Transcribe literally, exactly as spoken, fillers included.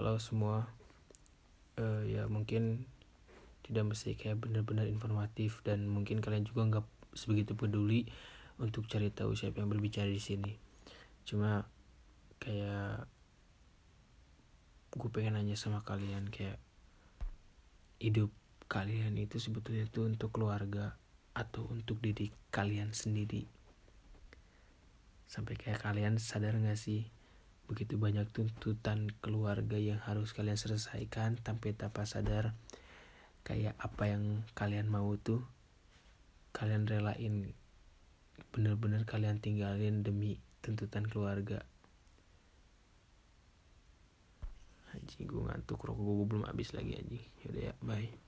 kalau semua uh, ya mungkin tidak mesti kayak benar-benar informatif, dan mungkin kalian juga nggak sebegitu peduli untuk cari tahu siapa yang berbicara di sini. Cuma kayak gue pengen nanya sama kalian, kayak hidup kalian itu sebetulnya tuh untuk keluarga atau untuk diri kalian sendiri? Sampai kayak kalian sadar gak sih, begitu banyak tuntutan keluarga yang harus kalian selesaikan, tanpa tanpa sadar kayak apa yang kalian mau tuh kalian relain, bener-bener kalian tinggalin demi tuntutan keluarga. Anjing gue ngantuk, rokok gue belum habis lagi anjing. Yaudah ya, bye.